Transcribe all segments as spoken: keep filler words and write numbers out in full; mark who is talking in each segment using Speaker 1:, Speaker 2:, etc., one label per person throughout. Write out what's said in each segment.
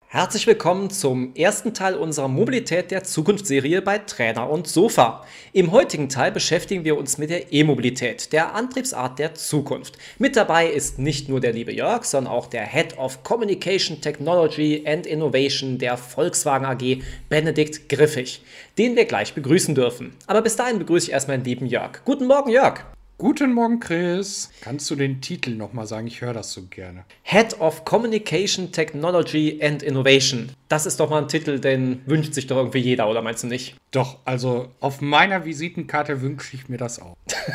Speaker 1: Herzlich willkommen zum ersten Teil unserer Mobilität der Zukunft-Serie bei Trainer und Sofa. Im heutigen Teil beschäftigen wir uns mit der E-Mobilität, der Antriebsart der Zukunft. Mit dabei ist nicht nur der liebe Jörg, sondern auch der Head of Communication Technology and Innovation der Volkswagen A G, Benedikt Griffig, den wir gleich begrüßen dürfen. Aber bis dahin begrüße ich erstmal den lieben Jörg. Guten Morgen, Jörg.
Speaker 2: Guten Morgen, Chris. Kannst du den Titel nochmal sagen? Ich höre das so gerne.
Speaker 1: Head of Communication Technology and Innovation. Das ist doch mal ein Titel, den wünscht sich doch irgendwie jeder, oder meinst du nicht?
Speaker 2: Doch, also auf meiner Visitenkarte wünsche ich mir das auch.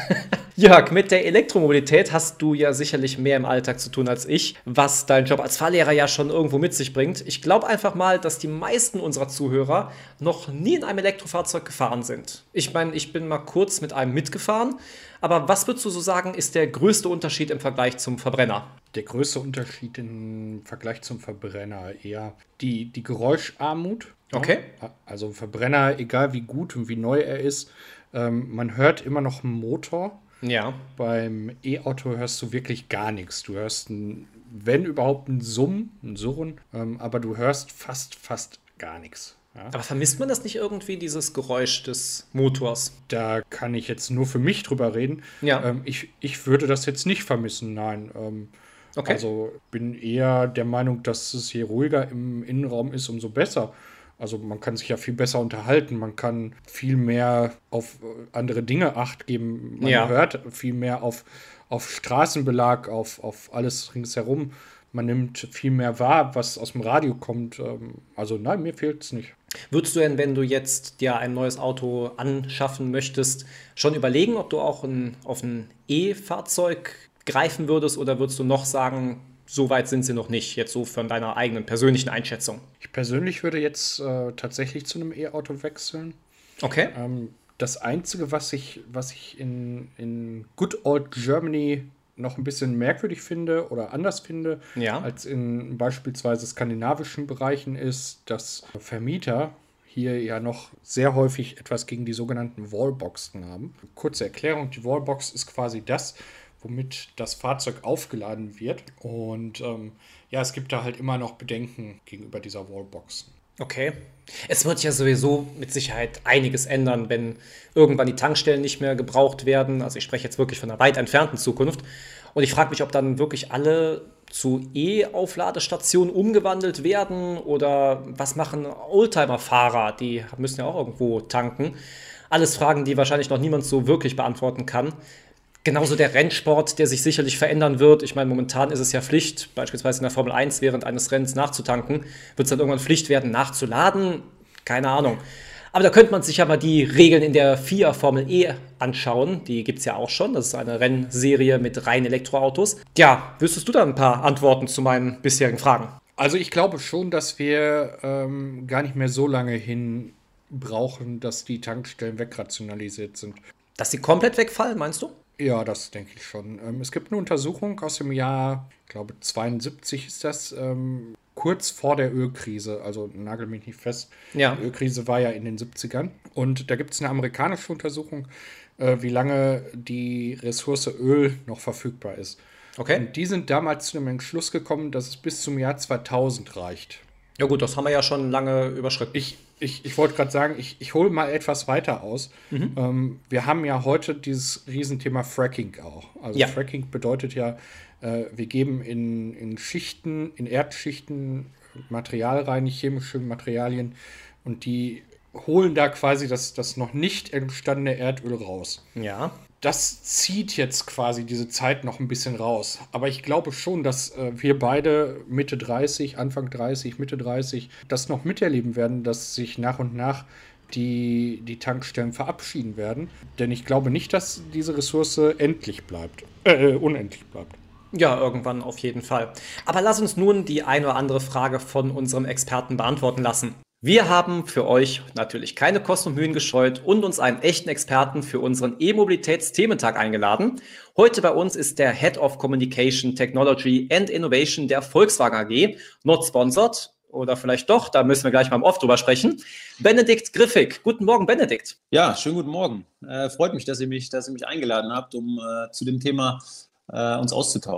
Speaker 1: Jörg, mit der Elektromobilität hast du ja sicherlich mehr im Alltag zu tun als ich, was dein Job als Fahrlehrer ja schon irgendwo mit sich bringt. Ich glaube einfach mal, dass die meisten unserer Zuhörer noch nie in einem Elektrofahrzeug gefahren sind. Ich meine, ich bin mal kurz mit einem mitgefahren, aber was würdest du so sagen, ist der größte Unterschied im Vergleich zum Verbrenner?
Speaker 2: Der größte Unterschied im Vergleich zum Verbrenner eher die, die Geräuscharmut.
Speaker 1: Okay.
Speaker 2: Also Verbrenner, egal wie gut und wie neu er ist, ähm, man hört immer noch einen Motor.
Speaker 1: Ja.
Speaker 2: Beim E-Auto hörst du wirklich gar nichts. Du hörst, ein, wenn überhaupt, ein Summen, ein Surren, ähm, aber du hörst fast, fast gar nichts. Ja?
Speaker 1: Aber vermisst man das nicht irgendwie, dieses Geräusch des Motors?
Speaker 2: Da kann ich jetzt nur für mich drüber reden.
Speaker 1: Ja.
Speaker 2: Ähm, ich, ich würde das jetzt nicht vermissen, nein. Ähm,
Speaker 1: Okay.
Speaker 2: Also bin eher der Meinung, dass es je ruhiger im Innenraum ist, umso besser. Also man kann sich ja viel besser unterhalten, man kann viel mehr auf äh, andere Dinge Acht geben, man
Speaker 1: Ja.
Speaker 2: hört viel mehr auf, auf Straßenbelag, auf, auf alles ringsherum. Man nimmt viel mehr wahr, was aus dem Radio kommt. Ähm, Also nein, mir fehlt es nicht.
Speaker 1: Würdest du denn, wenn du jetzt dir ein neues Auto anschaffen möchtest, schon überlegen, ob du auch ein, auf ein E-Fahrzeug greifen würdest oder würdest du noch sagen, so weit sind sie noch nicht, jetzt so von deiner eigenen persönlichen Einschätzung?
Speaker 2: Ich persönlich würde jetzt äh, tatsächlich zu einem E-Auto wechseln.
Speaker 1: Okay.
Speaker 2: Ähm, das Einzige, was ich, was ich in, in Good Old Germany noch ein bisschen merkwürdig finde oder anders finde,
Speaker 1: Ja.
Speaker 2: als in beispielsweise skandinavischen Bereichen, ist, dass Vermieter hier ja noch sehr häufig etwas gegen die sogenannten Wallboxen haben. Kurze Erklärung, die Wallbox ist quasi das, womit das Fahrzeug aufgeladen wird. Und ähm, ja, es gibt da halt immer noch Bedenken gegenüber dieser Wallboxen.
Speaker 1: Okay. Es wird ja sowieso mit Sicherheit einiges ändern, wenn irgendwann die Tankstellen nicht mehr gebraucht werden. Also ich spreche jetzt wirklich von einer weit entfernten Zukunft. Und ich frage mich, ob dann wirklich alle zu E-Aufladestationen umgewandelt werden oder was machen Oldtimer-Fahrer? Die müssen ja auch irgendwo tanken. Alles Fragen, die wahrscheinlich noch niemand so wirklich beantworten kann. Genauso der Rennsport, der sich sicherlich verändern wird. Ich meine, momentan ist es ja Pflicht, beispielsweise in der Formel eins während eines Rennens nachzutanken. Wird es dann irgendwann Pflicht werden, nachzuladen? Keine Ahnung. Aber da könnte man sich ja mal die Regeln in der F I A Formel E anschauen. Die gibt es ja auch schon. Das ist eine Rennserie mit reinen Elektroautos. Ja, wüsstest du da ein paar Antworten zu meinen bisherigen Fragen?
Speaker 2: Also ich glaube schon, dass wir ähm, gar nicht mehr so lange hin brauchen, dass die Tankstellen wegrationalisiert sind.
Speaker 1: Dass sie komplett wegfallen, meinst du?
Speaker 2: Ja, das denke ich schon. Ähm, es gibt eine Untersuchung aus dem Jahr, ich glaube zweiundsiebzig ist das, ähm, kurz vor der Ölkrise, also nagel mich nicht fest.
Speaker 1: Ja.
Speaker 2: Die Ölkrise war ja in den siebzigern. Und da gibt es eine amerikanische Untersuchung, äh, wie lange die Ressource Öl noch verfügbar ist.
Speaker 1: Okay.
Speaker 2: Und die sind damals zu dem Entschluss gekommen, dass es bis zum Jahr zweitausend reicht.
Speaker 1: Ja gut, das haben wir ja schon lange überschritten.
Speaker 2: Ich, ich, ich wollte gerade sagen, ich, ich hole mal etwas weiter aus. Ähm, wir haben ja heute dieses Riesenthema Fracking auch. Also
Speaker 1: Ja.
Speaker 2: Fracking bedeutet ja, äh, wir geben in, in Schichten, in Erdschichten Material rein, chemische Materialien, und die holen da quasi das, das noch nicht entstandene Erdöl raus.
Speaker 1: Ja.
Speaker 2: Das zieht jetzt quasi diese Zeit noch ein bisschen raus. Aber ich glaube schon, dass äh, wir beide Mitte dreißig, Anfang dreißig, Mitte dreißig das noch miterleben werden, dass sich nach und nach die, die Tankstellen verabschieden werden. Denn ich glaube nicht, dass diese Ressource endlich bleibt, äh, unendlich bleibt.
Speaker 1: Ja, irgendwann auf jeden Fall. Aber lass uns nun die eine oder andere Frage von unserem Experten beantworten lassen. Wir haben für euch natürlich keine Kosten und Mühen gescheut und uns einen echten Experten für unseren E-Mobilitäts-Thementag eingeladen. Heute bei uns ist der Head of Communication Technology and Innovation der Volkswagen A G, not sponsored, oder vielleicht doch, da müssen wir gleich mal im Off drüber sprechen. Benedikt Griffig. Guten Morgen, Benedikt.
Speaker 3: Ja, schönen guten Morgen. Äh, freut mich, dass ihr mich, dass ihr mich eingeladen habt, um äh, zu dem Thema äh, uns auszutauschen.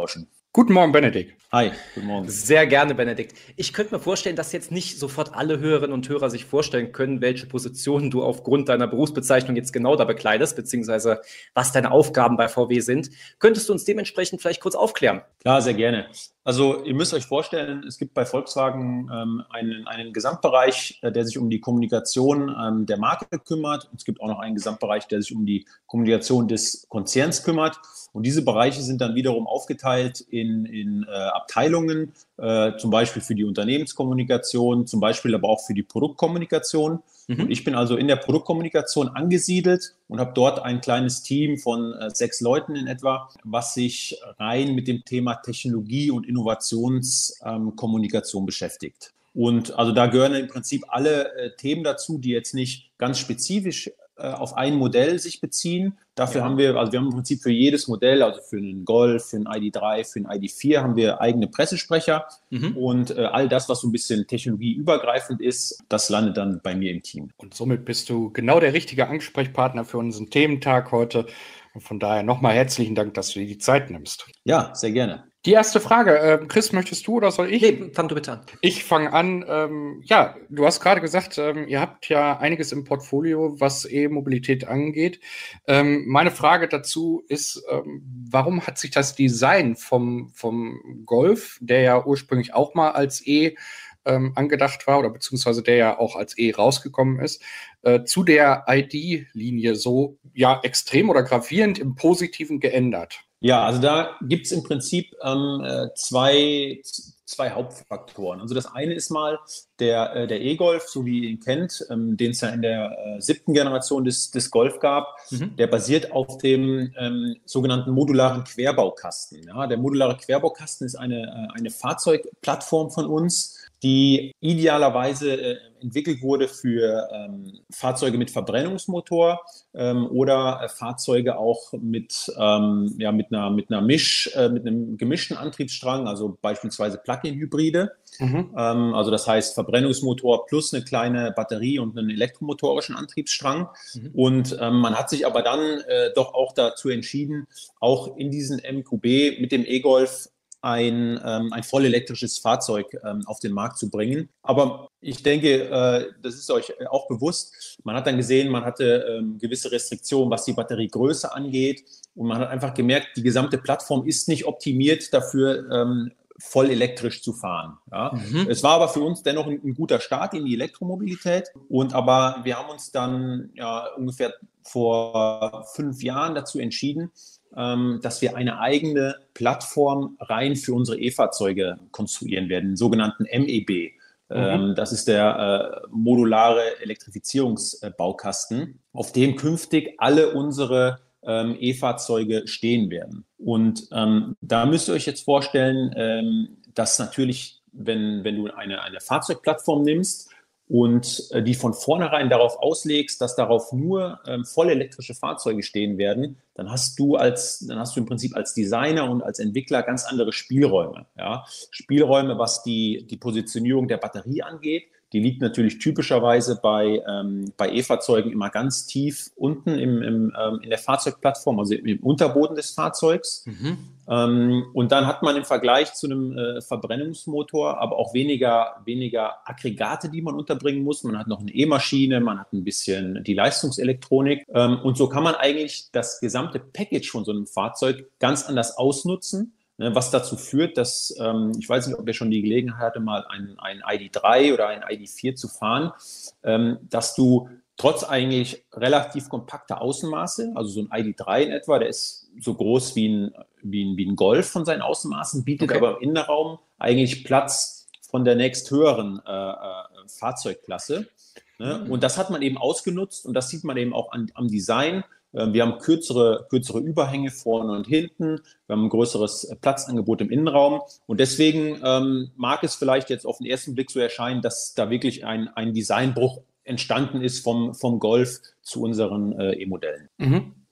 Speaker 2: Guten Morgen, Benedikt.
Speaker 3: Hi, guten Morgen.
Speaker 1: Sehr gerne, Benedikt. Ich könnte mir vorstellen, dass jetzt nicht sofort alle Hörerinnen und Hörer sich vorstellen können, welche Position du aufgrund deiner Berufsbezeichnung jetzt genau da bekleidest, beziehungsweise was deine Aufgaben bei V W sind. Könntest du uns dementsprechend vielleicht kurz aufklären?
Speaker 3: Klar, sehr gerne. Also ihr müsst euch vorstellen, es gibt bei Volkswagen ähm, einen, einen Gesamtbereich, äh, der sich um die Kommunikation ähm, der Marke kümmert. Es gibt auch noch einen Gesamtbereich, der sich um die Kommunikation des Konzerns kümmert. Und diese Bereiche sind dann wiederum aufgeteilt in, in äh, Abteilungen, äh, zum Beispiel für die Unternehmenskommunikation, zum Beispiel aber auch für die Produktkommunikation. Mhm. Und ich bin also in der Produktkommunikation angesiedelt und habe dort ein kleines Team von äh, sechs Leuten in etwa, was sich rein mit dem Thema Technologie und Innovationskommunikation ähm, beschäftigt. Und also da gehören im Prinzip alle äh, Themen dazu, die jetzt nicht ganz spezifisch äh, auf ein Modell sich beziehen. Dafür ja. haben wir, also wir haben im Prinzip für jedes Modell, also für einen Golf, für einen I D drei, für einen I D vier, haben wir eigene Pressesprecher. Mhm. Und äh, all das, was so ein bisschen technologieübergreifend ist, das landet dann bei mir im Team.
Speaker 2: Und somit bist du genau der richtige Ansprechpartner für unseren Thementag heute. Und von daher nochmal herzlichen Dank, dass du dir die Zeit nimmst.
Speaker 3: Ja, sehr gerne.
Speaker 2: Die erste Frage, äh, Chris, möchtest du oder soll ich?
Speaker 1: Nee, fang du bitte an.
Speaker 2: Ich fange an. Ähm, ja, du hast gerade gesagt, ähm, ihr habt ja einiges im Portfolio, was E-Mobilität angeht. Ähm, meine Frage dazu ist, ähm, warum hat sich das Design vom, vom Golf, der ja ursprünglich auch mal als E ähm, angedacht war oder beziehungsweise der ja auch als E rausgekommen ist, äh, zu der I D-Linie so ja extrem oder gravierend im Positiven geändert?
Speaker 3: Ja, also da gibt es im Prinzip ähm, zwei, zwei Hauptfaktoren. Also das eine ist mal der, äh, der E-Golf, so wie ihr ihn kennt, ähm, den es ja in der äh, siebten Generation des, des Golf gab. Mhm. Der basiert auf dem ähm, sogenannten modularen Querbaukasten. Ja, der modulare Querbaukasten ist eine, äh, eine Fahrzeugplattform von uns, die idealerweise äh, entwickelt wurde für ähm, Fahrzeuge mit Verbrennungsmotor ähm, oder äh, Fahrzeuge auch mit, ähm, ja, mit einer, mit einer Misch, äh, mit einem gemischten Antriebsstrang, also beispielsweise Plug-in-Hybride. Mhm. Ähm, also das heißt Verbrennungsmotor plus eine kleine Batterie und einen elektromotorischen Antriebsstrang. Mhm. Und ähm, man hat sich aber dann äh, doch auch dazu entschieden, auch in diesen M Q B mit dem E-Golf ein, ähm, ein voll elektrisches Fahrzeug ähm, auf den Markt zu bringen. Aber ich denke, äh, das ist euch auch bewusst, man hat dann gesehen, man hatte ähm, gewisse Restriktionen, was die Batteriegröße angeht. Und man hat einfach gemerkt, die gesamte Plattform ist nicht optimiert dafür, ähm, voll elektrisch zu fahren. Ja. Mhm. Es war aber für uns dennoch ein, ein guter Start in die Elektromobilität. Und aber wir haben uns dann ja ungefähr vor fünf Jahren dazu entschieden, ähm, dass wir eine eigene Plattform rein für unsere E-Fahrzeuge konstruieren werden, den sogenannten M E B. Mhm. Ähm, das ist der äh, modulare Elektrifizierungsbaukasten, auf dem künftig alle unsere ähm, E-Fahrzeuge stehen werden. Und ähm, da müsst ihr euch jetzt vorstellen, ähm, dass natürlich, wenn, wenn du eine, eine Fahrzeugplattform nimmst und äh, die von vornherein darauf auslegst, dass darauf nur ähm, voll elektrische Fahrzeuge stehen werden, dann hast du als, dann hast du im Prinzip als Designer und als Entwickler ganz andere Spielräume. Ja? Spielräume, was die, die Positionierung der Batterie angeht. Die liegt natürlich typischerweise bei, ähm, bei E-Fahrzeugen immer ganz tief unten im, im, ähm, in der Fahrzeugplattform, also im Unterboden des Fahrzeugs. Mhm. Ähm, und dann hat man im Vergleich zu einem äh, Verbrennungsmotor aber auch weniger, weniger Aggregate, die man unterbringen muss. Man hat noch eine E-Maschine, man hat ein bisschen die Leistungselektronik. Ähm, und so kann man eigentlich das gesamte Package von so einem Fahrzeug ganz anders ausnutzen. Was dazu führt, dass, ähm, ich weiß nicht, ob ihr schon die Gelegenheit hatte, mal ein, ein I D drei oder ein I D vier zu fahren, ähm, dass du trotz eigentlich relativ kompakter Außenmaße, also so ein I D drei in etwa, der ist so groß wie ein, wie ein, wie ein Golf von seinen Außenmaßen, bietet okay. aber im Innenraum eigentlich Platz von der nächsthöheren äh, äh, Fahrzeugklasse. Ne? Mhm. Und das hat man eben ausgenutzt und das sieht man eben auch an, am Design. Wir haben kürzere, kürzere Überhänge vorne und hinten. Wir haben ein größeres Platzangebot im Innenraum. Und deswegen ähm, mag es vielleicht jetzt auf den ersten Blick so erscheinen, dass da wirklich ein, ein Designbruch entstanden ist vom, vom Golf zu unseren äh, E-Modellen.
Speaker 2: Mhm.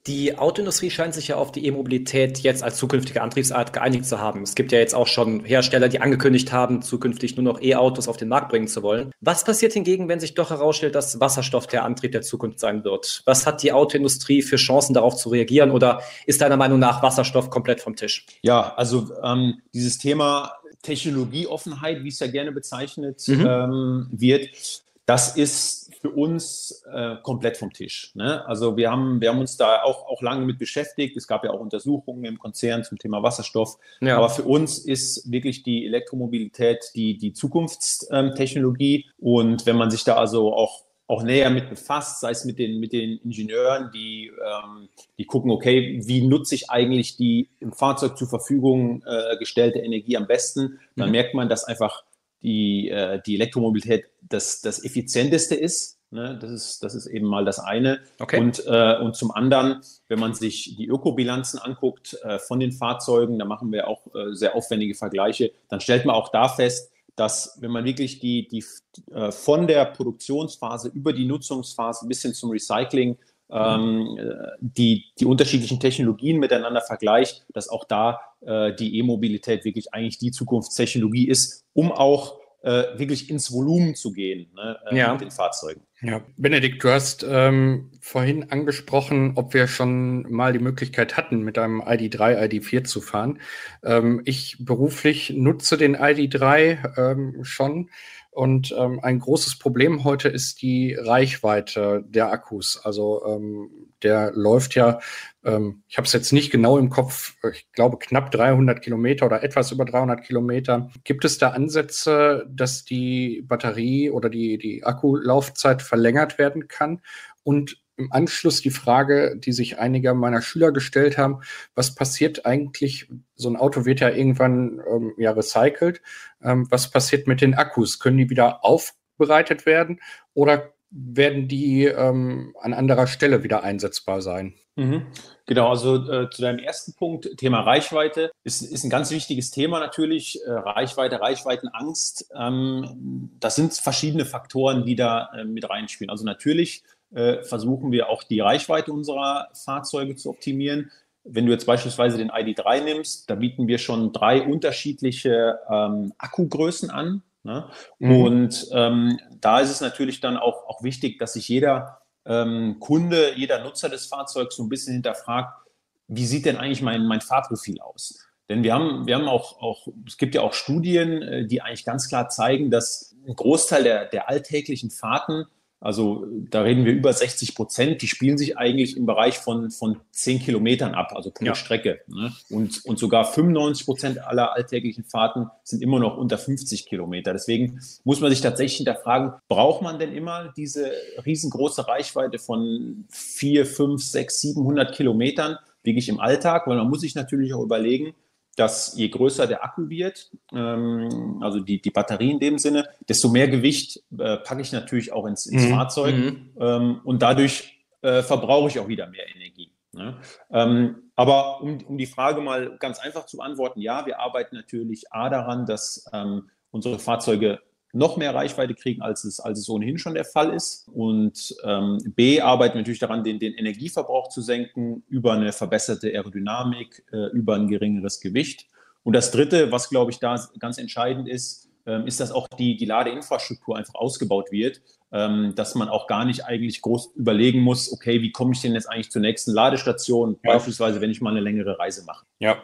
Speaker 1: Die Autoindustrie scheint sich ja auf die E-Mobilität jetzt als zukünftige Antriebsart geeinigt zu haben. Es gibt ja jetzt auch schon Hersteller, die angekündigt haben, zukünftig nur noch E-Autos auf den Markt bringen zu wollen. Was passiert hingegen, wenn sich doch herausstellt, dass Wasserstoff der Antrieb der Zukunft sein wird? Was hat die Autoindustrie für Chancen, darauf zu reagieren? Oder ist deiner Meinung nach Wasserstoff komplett vom Tisch?
Speaker 3: Ja, also ähm, dieses Thema Technologieoffenheit, wie es ja gerne bezeichnet mhm. ähm, wird, das ist für uns äh, komplett vom Tisch. Ne? Also wir haben, wir haben uns da auch, auch lange mit beschäftigt. Es gab ja auch Untersuchungen im Konzern zum Thema Wasserstoff. Ja. Aber für uns ist wirklich die Elektromobilität die, die Zukunftstechnologie. Und wenn man sich da also auch, auch näher mit befasst, sei es mit den, mit den Ingenieuren, die, ähm, die gucken, okay, wie nutze ich eigentlich die im Fahrzeug zur Verfügung äh, gestellte Energie am besten, dann mhm. merkt man, dass einfach die, äh, die Elektromobilität das, das effizienteste ist. Ne? Das ist, das ist eben mal das eine. Okay. Und, äh, und zum anderen, wenn man sich die Ökobilanzen anguckt äh, von den Fahrzeugen, da machen wir auch äh, sehr aufwendige Vergleiche, dann stellt man auch da fest, dass wenn man wirklich die, die äh, von der Produktionsphase über die Nutzungsphase bis hin zum Recycling ähm, die, die unterschiedlichen Technologien miteinander vergleicht, dass auch da äh, die E-Mobilität wirklich eigentlich die Zukunftstechnologie ist, um auch äh, wirklich ins Volumen zu gehen, ne, äh, ja. mit den Fahrzeugen.
Speaker 2: Ja, Benedikt, du hast ähm, vorhin angesprochen, ob wir schon mal die Möglichkeit hatten, mit einem I D drei, I D vier zu fahren. Ähm, ich beruflich nutze den I D drei ähm, schon. Und ähm, ein großes Problem heute ist die Reichweite der Akkus. Also ähm, der läuft ja, ähm, ich habe es jetzt nicht genau im Kopf, ich glaube knapp dreihundert Kilometer oder etwas über dreihundert Kilometer. Gibt es da Ansätze, dass die Batterie oder die, die Akkulaufzeit verlängert werden kann? Und im Anschluss die Frage, die sich einige meiner Schüler gestellt haben: Was passiert eigentlich? So ein Auto wird ja irgendwann ähm, ja recycelt. Ähm, was passiert mit den Akkus? Können die wieder aufbereitet werden oder werden die ähm, an anderer Stelle wieder einsetzbar sein?
Speaker 3: Mhm. Genau, also äh, zu deinem ersten Punkt, Thema Reichweite, ist, ist ein ganz wichtiges Thema natürlich. Äh, Reichweite, Reichweitenangst, ähm, das sind verschiedene Faktoren, die da äh, mit reinspielen. Also natürlich äh, versuchen wir auch die Reichweite unserer Fahrzeuge zu optimieren. Wenn du jetzt beispielsweise den I D drei nimmst, da bieten wir schon drei unterschiedliche ähm, Akkugrößen an. Ne? Mhm. Und ähm, da ist es natürlich dann auch, auch wichtig, dass sich jeder ähm, Kunde, jeder Nutzer des Fahrzeugs so ein bisschen hinterfragt, wie sieht denn eigentlich mein, mein Fahrprofil aus? Denn wir haben, wir haben auch, auch, es gibt ja auch Studien, die eigentlich ganz klar zeigen, dass ein Großteil der, der alltäglichen Fahrten, also da reden wir über sechzig Prozent, die spielen sich eigentlich im Bereich von, von zehn Kilometern ab, also pro ja. Strecke. Ne? Und, und sogar fünfundneunzig Prozent aller alltäglichen Fahrten sind immer noch unter fünfzig Kilometer. Deswegen muss man sich tatsächlich hinterfragen, braucht man denn immer diese riesengroße Reichweite von vier, fünf, sechs, siebenhundert Kilometern wirklich im Alltag? Weil man muss sich natürlich auch überlegen, dass je größer der Akku wird, ähm, also die, die Batterie in dem Sinne, desto mehr Gewicht äh, packe ich natürlich auch ins, ins mhm. Fahrzeug mhm. Ähm, und dadurch äh, verbrauche ich auch wieder mehr Energie. Ne? Ähm, aber um, um die Frage mal ganz einfach zu beantworten, ja, wir arbeiten natürlich A daran, dass ähm, unsere Fahrzeuge noch mehr Reichweite kriegen, als es, als es ohnehin schon der Fall ist. Und ähm, B, arbeiten wir natürlich daran, den, den Energieverbrauch zu senken über eine verbesserte Aerodynamik, äh, über ein geringeres Gewicht. Und das Dritte, was, glaube ich, da ganz entscheidend ist, ähm, ist, dass auch die, die Ladeinfrastruktur einfach ausgebaut wird, ähm, dass man auch gar nicht eigentlich groß überlegen muss, okay, wie komme ich denn jetzt eigentlich zur nächsten Ladestation, ja. beispielsweise, wenn ich mal eine längere Reise mache.
Speaker 2: Ja.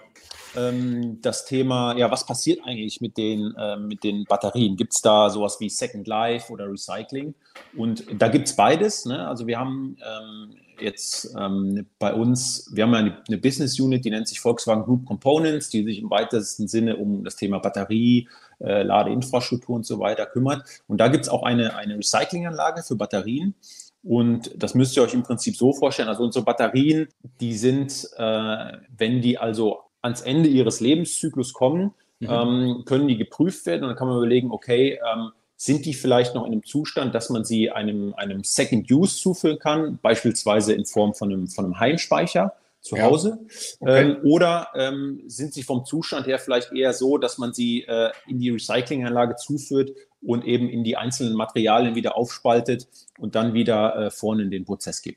Speaker 3: Das Thema, ja, was passiert eigentlich mit den, äh, mit den Batterien? Gibt es da sowas wie Second Life oder Recycling? Und da gibt es beides. Ne? Also wir haben ähm, jetzt ähm, bei uns, wir haben eine, eine Business Unit, die nennt sich Volkswagen Group Components, die sich im weitesten Sinne um das Thema Batterie, äh, Ladeinfrastruktur und so weiter kümmert. Und da gibt es auch eine, eine Recyclinganlage für Batterien. Und das müsst ihr euch im Prinzip so vorstellen. Also unsere Batterien, die sind, äh, wenn die also ans Ende ihres Lebenszyklus kommen, mhm. ähm, können die geprüft werden und dann kann man überlegen, okay, ähm, sind die vielleicht noch in einem Zustand, dass man sie einem, einem Second Use zuführen kann, beispielsweise in Form von einem, von einem Heimspeicher zu ja. Hause, okay. ähm, oder ähm, sind sie vom Zustand her vielleicht eher so, dass man sie äh, in die Recyclinganlage zuführt und eben in die einzelnen Materialien wieder aufspaltet und dann wieder äh, vorne in den Prozess gibt.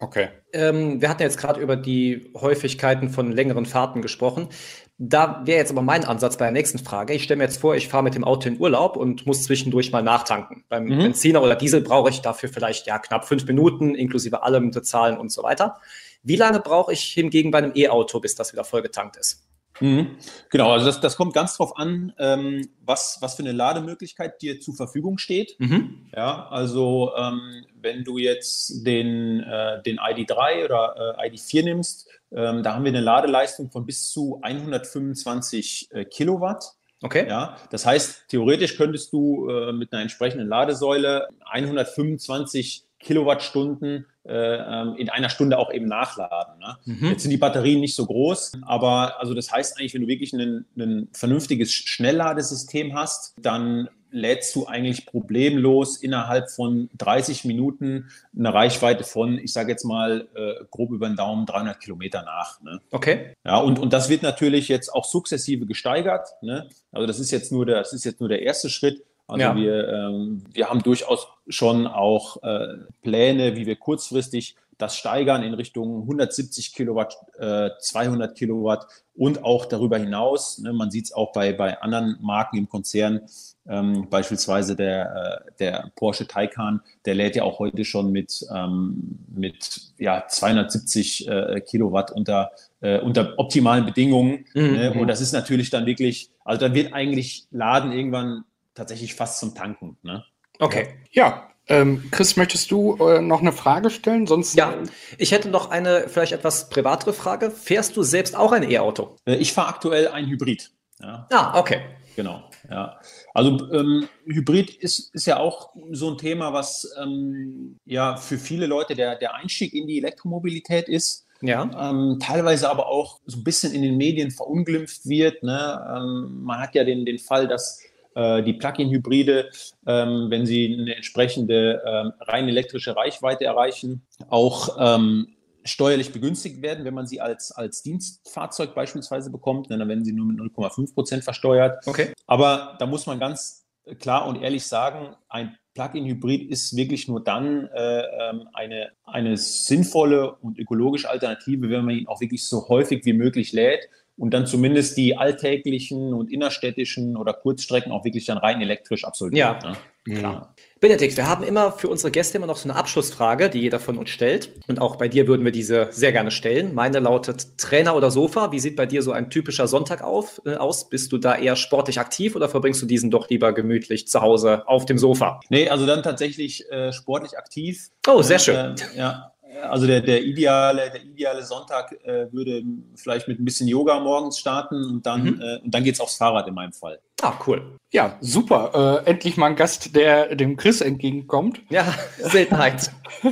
Speaker 2: Okay.
Speaker 1: Ähm, wir hatten ja jetzt gerade über die Häufigkeiten von längeren Fahrten gesprochen. Da wäre jetzt aber mein Ansatz bei der nächsten Frage. Ich stelle mir jetzt vor, ich fahre mit dem Auto in Urlaub und muss zwischendurch mal nachtanken. Beim
Speaker 3: Mhm.
Speaker 1: Benziner oder Diesel brauche ich dafür vielleicht ja knapp fünf Minuten, inklusive allem bezahlen und so weiter. Wie lange brauche ich hingegen bei einem E-Auto, bis das wieder vollgetankt ist?
Speaker 3: Mhm. Genau, also das, das kommt ganz drauf an, ähm, was, was für eine Lademöglichkeit dir zur Verfügung steht.
Speaker 1: Mhm.
Speaker 3: Ja, also ähm, wenn du jetzt den, äh, den I D drei oder äh, I D vier nimmst, ähm, da haben wir eine Ladeleistung von bis zu hundertfünfundzwanzig äh, Kilowatt.
Speaker 1: Okay.
Speaker 3: Ja, das heißt, theoretisch könntest du äh, mit einer entsprechenden Ladesäule hundertfünfundzwanzig Kilowattstunden äh, ähm, in einer Stunde auch eben nachladen. Ne?
Speaker 1: Mhm.
Speaker 3: Jetzt sind die Batterien nicht so groß, aber also das heißt eigentlich, wenn du wirklich ein, ein vernünftiges Schnellladesystem hast, dann lädst du eigentlich problemlos innerhalb von dreißig Minuten eine Reichweite von, ich sage jetzt mal äh, grob über den Daumen, dreihundert Kilometer nach. Ne?
Speaker 1: Okay.
Speaker 3: Ja, und, und das wird natürlich jetzt auch sukzessive gesteigert. Ne? Also das ist jetzt nur der, das ist jetzt nur der erste Schritt. Also
Speaker 1: Ja.
Speaker 3: wir, ähm, wir haben durchaus schon auch äh, Pläne, wie wir kurzfristig das steigern in Richtung hundertsiebzig Kilowatt, äh, zweihundert Kilowatt und auch darüber hinaus. Ne? Man sieht es auch bei, bei anderen Marken im Konzern, ähm, beispielsweise der, äh, der Porsche Taycan, der lädt ja auch heute schon mit, ähm, mit ja, zweihundertsiebzig äh, Kilowatt unter, äh, unter optimalen Bedingungen.
Speaker 1: Mhm.
Speaker 3: Ne? Und das ist natürlich dann wirklich, also da wird eigentlich Laden irgendwann tatsächlich fast zum Tanken. Ne?
Speaker 1: Okay.
Speaker 2: Ja, ähm, Chris, möchtest du äh, noch eine Frage stellen? Sonst
Speaker 1: Ja, ich hätte noch eine vielleicht etwas privatere Frage. Fährst du selbst auch ein E-Auto?
Speaker 3: Äh, Ich fahre aktuell ein Hybrid. Ja,
Speaker 1: Ah, okay.
Speaker 3: genau. Ja. Also ähm, Hybrid ist, ist ja auch so ein Thema, was ähm, ja für viele Leute der, der Einstieg in die Elektromobilität ist.
Speaker 1: Ja.
Speaker 3: Ähm, teilweise aber auch so ein bisschen in den Medien verunglimpft wird. Ne? Ähm, man hat ja den, den Fall, dass äh, die Plug-in-Hybride, ähm, wenn sie eine entsprechende ähm, rein elektrische Reichweite erreichen, auch ähm, steuerlich begünstigt werden, wenn man sie als, als Dienstfahrzeug beispielsweise bekommt. Ne? Dann werden sie nur mit null Komma fünf Prozent versteuert.
Speaker 1: Okay.
Speaker 3: Aber da muss man ganz klar und ehrlich sagen, ein Plug-in-Hybrid ist wirklich nur dann äh, eine, eine sinnvolle und ökologische Alternative, wenn man ihn auch wirklich so häufig wie möglich lädt und dann zumindest die alltäglichen und innerstädtischen oder Kurzstrecken auch wirklich dann rein elektrisch absolviert.
Speaker 1: Ja.
Speaker 3: Ne? Klar.
Speaker 1: Benedikt, wir haben immer für unsere Gäste immer noch so eine Abschlussfrage, die jeder von uns stellt. Und auch bei dir würden wir diese sehr gerne stellen. Meine lautet Trainer oder Sofa. Wie sieht bei dir so ein typischer Sonntag auf, äh, aus? Bist du da eher sportlich aktiv oder verbringst du diesen doch lieber gemütlich zu Hause auf dem Sofa?
Speaker 3: Nee, also dann tatsächlich äh, sportlich aktiv.
Speaker 1: Oh, sehr schön.
Speaker 3: Äh, ja. Also der, der, ideale, der ideale Sonntag äh, würde vielleicht mit ein bisschen Yoga morgens starten und dann,
Speaker 1: Mhm.
Speaker 3: äh, und dann geht es aufs Fahrrad in meinem Fall.
Speaker 1: Ah, cool.
Speaker 2: ja, super. Äh, endlich mal ein Gast, der dem Chris entgegenkommt.
Speaker 1: Ja, Seltenheit.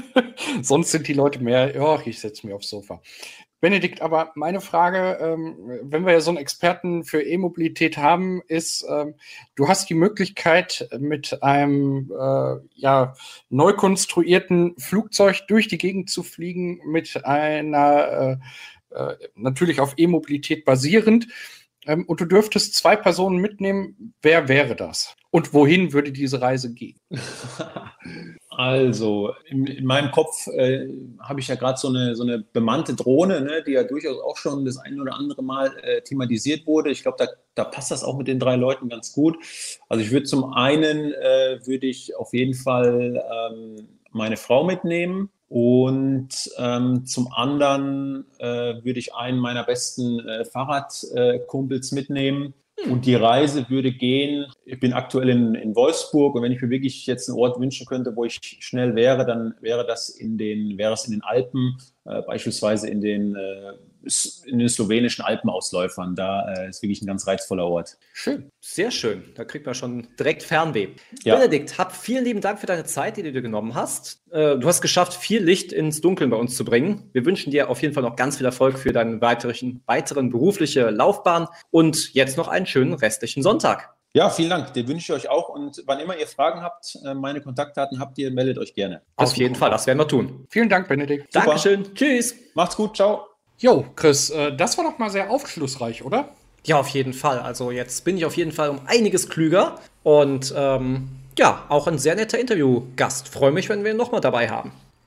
Speaker 2: Sonst sind die Leute mehr, ja, ich setze mich aufs Sofa. Benedikt, aber meine Frage, ähm, wenn wir ja so einen Experten für E-Mobilität haben, ist, ähm, du hast die Möglichkeit, mit einem äh, ja, neu konstruierten Flugzeug durch die Gegend zu fliegen, mit einer, äh, äh, natürlich auf E-Mobilität basierend, ähm, und du dürftest zwei Personen mitnehmen. Wer wäre das? Und wohin würde diese Reise gehen?
Speaker 3: Also, in, in meinem Kopf äh, habe ich ja gerade so eine, so eine bemannte Drohne, ne, die ja durchaus auch schon das ein oder andere Mal äh, thematisiert wurde. Ich glaube, da, da passt das auch mit den drei Leuten ganz gut. Also ich würde zum einen, äh, würde ich auf jeden Fall ähm, meine Frau mitnehmen. Und ähm, zum anderen äh, würde ich einen meiner besten äh, Fahrradkumpels äh, mitnehmen. Und die Reise würde gehen, ich bin aktuell in, in Wolfsburg und wenn ich mir wirklich jetzt einen Ort wünschen könnte, wo ich schnell wäre, dann wäre das in den, wäre es in den Alpen, äh, beispielsweise in den, äh, in den slowenischen Alpenausläufern. Da äh, ist wirklich ein ganz reizvoller Ort.
Speaker 1: Schön, sehr schön. Da kriegt man schon direkt Fernweh.
Speaker 3: Ja.
Speaker 1: Benedikt, hab vielen lieben Dank für deine Zeit, die du dir genommen hast. Äh, du hast geschafft, viel Licht ins Dunkeln bei uns zu bringen. Wir wünschen dir auf jeden Fall noch ganz viel Erfolg für deine weiteren, weiteren berufliche Laufbahn und jetzt noch einen schönen restlichen Sonntag.
Speaker 3: Ja, vielen Dank. Den wünsche ich euch auch. Und wann immer ihr Fragen habt, meine Kontaktdaten habt ihr, meldet euch gerne.
Speaker 1: Auf jeden Fall, das werden wir tun.
Speaker 2: Vielen Dank, Benedikt.
Speaker 3: Super.
Speaker 1: Dankeschön, tschüss.
Speaker 3: Macht's gut, ciao.
Speaker 2: Jo, Chris, äh, das war doch mal sehr aufschlussreich, oder?
Speaker 1: Ja, auf jeden Fall. Also jetzt bin ich auf jeden Fall um einiges klüger und ähm, ja, auch ein sehr netter Interviewgast. Freue mich, wenn wir ihn nochmal dabei haben.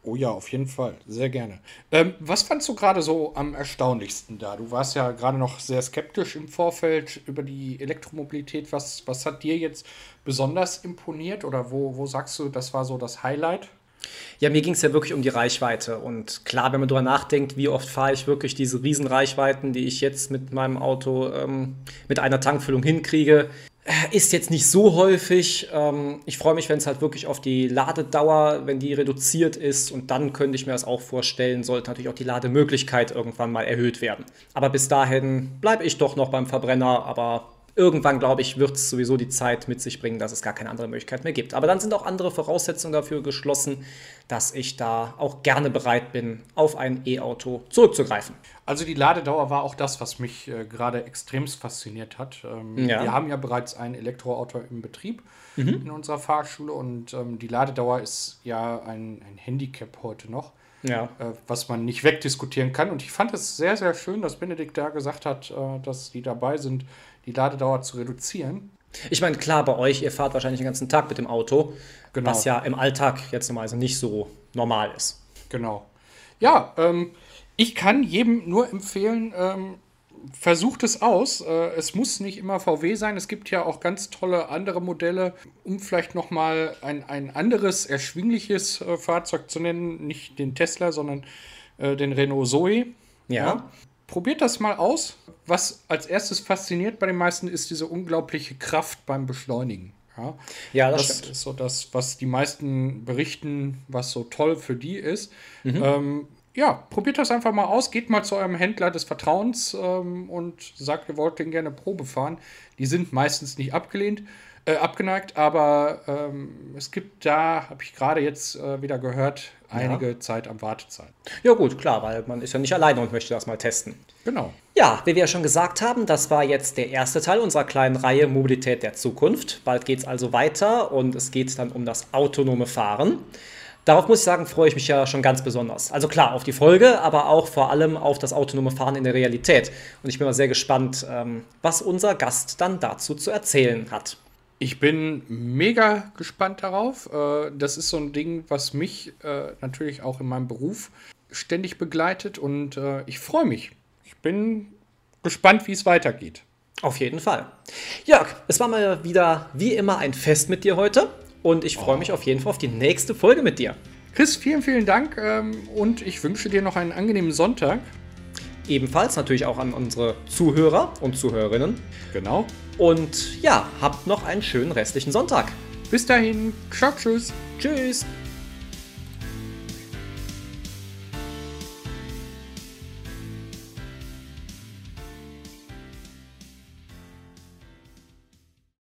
Speaker 2: Oh ja, auf jeden Fall. Sehr gerne. Ähm, was fandst du gerade so am erstaunlichsten da? Du warst ja gerade noch sehr skeptisch im Vorfeld über die Elektromobilität. Was, was hat dir jetzt besonders imponiert oder wo, wo sagst du, das war so das Highlight?
Speaker 1: Ja, mir ging es ja wirklich um die Reichweite. Und klar, wenn man darüber nachdenkt, wie oft fahre ich wirklich diese Riesenreichweiten, die ich jetzt mit meinem Auto ähm, mit einer Tankfüllung hinkriege, äh, ist jetzt nicht so häufig. Ähm, ich freue mich, wenn es halt wirklich auf die Ladedauer, wenn die reduziert ist. Und dann könnte ich mir das auch vorstellen, sollte natürlich auch die Lademöglichkeit irgendwann mal erhöht werden. Aber bis dahin bleibe ich doch noch beim Verbrenner, aber irgendwann, glaube ich, wird es sowieso die Zeit mit sich bringen, dass es gar keine andere Möglichkeit mehr gibt. Aber dann sind auch andere Voraussetzungen dafür geschlossen, dass ich da auch gerne bereit bin, auf ein E-Auto zurückzugreifen.
Speaker 2: Also die Ladedauer war auch das, was mich äh, gerade extremst fasziniert hat. Ähm,
Speaker 1: Ja.
Speaker 2: Wir haben ja bereits ein Elektroauto im Betrieb
Speaker 1: Mhm.
Speaker 2: in unserer Fahrschule und ähm, die Ladedauer ist ja ein, ein Handicap heute noch,
Speaker 1: Ja.
Speaker 2: äh, was man nicht wegdiskutieren kann. Und ich fand es sehr, sehr schön, dass Benedikt da gesagt hat, äh, dass die dabei sind, die Ladedauer zu reduzieren.
Speaker 1: Ich meine, klar, bei euch, ihr fahrt wahrscheinlich den ganzen Tag mit dem Auto,
Speaker 2: Genau.
Speaker 1: was ja im Alltag jetzt normalerweise nicht so normal ist.
Speaker 2: Genau. Ja, ähm, ich kann jedem nur empfehlen, ähm, versucht es aus. Äh, es muss nicht immer V W sein. Es gibt ja auch ganz tolle andere Modelle, um vielleicht noch mal ein, ein anderes, erschwingliches äh, Fahrzeug zu nennen. Nicht den Tesla, sondern äh, den Renault Zoe.
Speaker 1: Ja.
Speaker 2: Probiert das mal aus. Was als erstes fasziniert bei den meisten ist diese unglaubliche Kraft beim Beschleunigen. Ja,
Speaker 1: Ja, das
Speaker 2: das
Speaker 1: stimmt.
Speaker 2: ist so das, was die meisten berichten, was so toll für die ist. Ähm, ja, probiert das einfach mal aus. Geht mal zu eurem Händler des Vertrauens ähm, und sagt, ihr wollt den gerne Probe fahren. Die sind meistens nicht abgelehnt, äh, abgeneigt, aber ähm, es gibt da, habe ich gerade jetzt äh, wieder gehört, einige Zeit am Wartezeit.
Speaker 1: Ja gut, klar, weil man ist ja nicht alleine und möchte das mal testen.
Speaker 2: Genau.
Speaker 1: Ja, wie wir ja schon gesagt haben, das war jetzt der erste Teil unserer kleinen Reihe Mobilität der Zukunft. Bald geht es also weiter und es geht dann um das autonome Fahren. Darauf muss ich sagen, freue ich mich ja schon ganz besonders. Also klar, auf die Folge, aber auch vor allem auf das autonome Fahren in der Realität. Und ich bin mal sehr gespannt, ähm, was unser Gast dann dazu zu erzählen hat.
Speaker 2: Ich bin mega gespannt darauf. Äh, Das ist so ein Ding, was mich äh, natürlich auch in meinem Beruf ständig begleitet und äh, ich freue mich. Ich bin gespannt, wie es weitergeht.
Speaker 1: Auf jeden Fall. Jörg, es war mal wieder wie immer ein Fest mit dir heute und ich freue mich auf jeden Fall auf die nächste Folge mit dir.
Speaker 2: Chris, vielen, vielen Dank ähm, und ich wünsche dir noch einen angenehmen Sonntag.
Speaker 1: Ebenfalls natürlich auch an unsere Zuhörer und Zuhörerinnen.
Speaker 2: Genau.
Speaker 1: Und ja, habt noch einen schönen restlichen Sonntag.
Speaker 2: Bis dahin. Ciao, tschüss.
Speaker 1: Tschüss.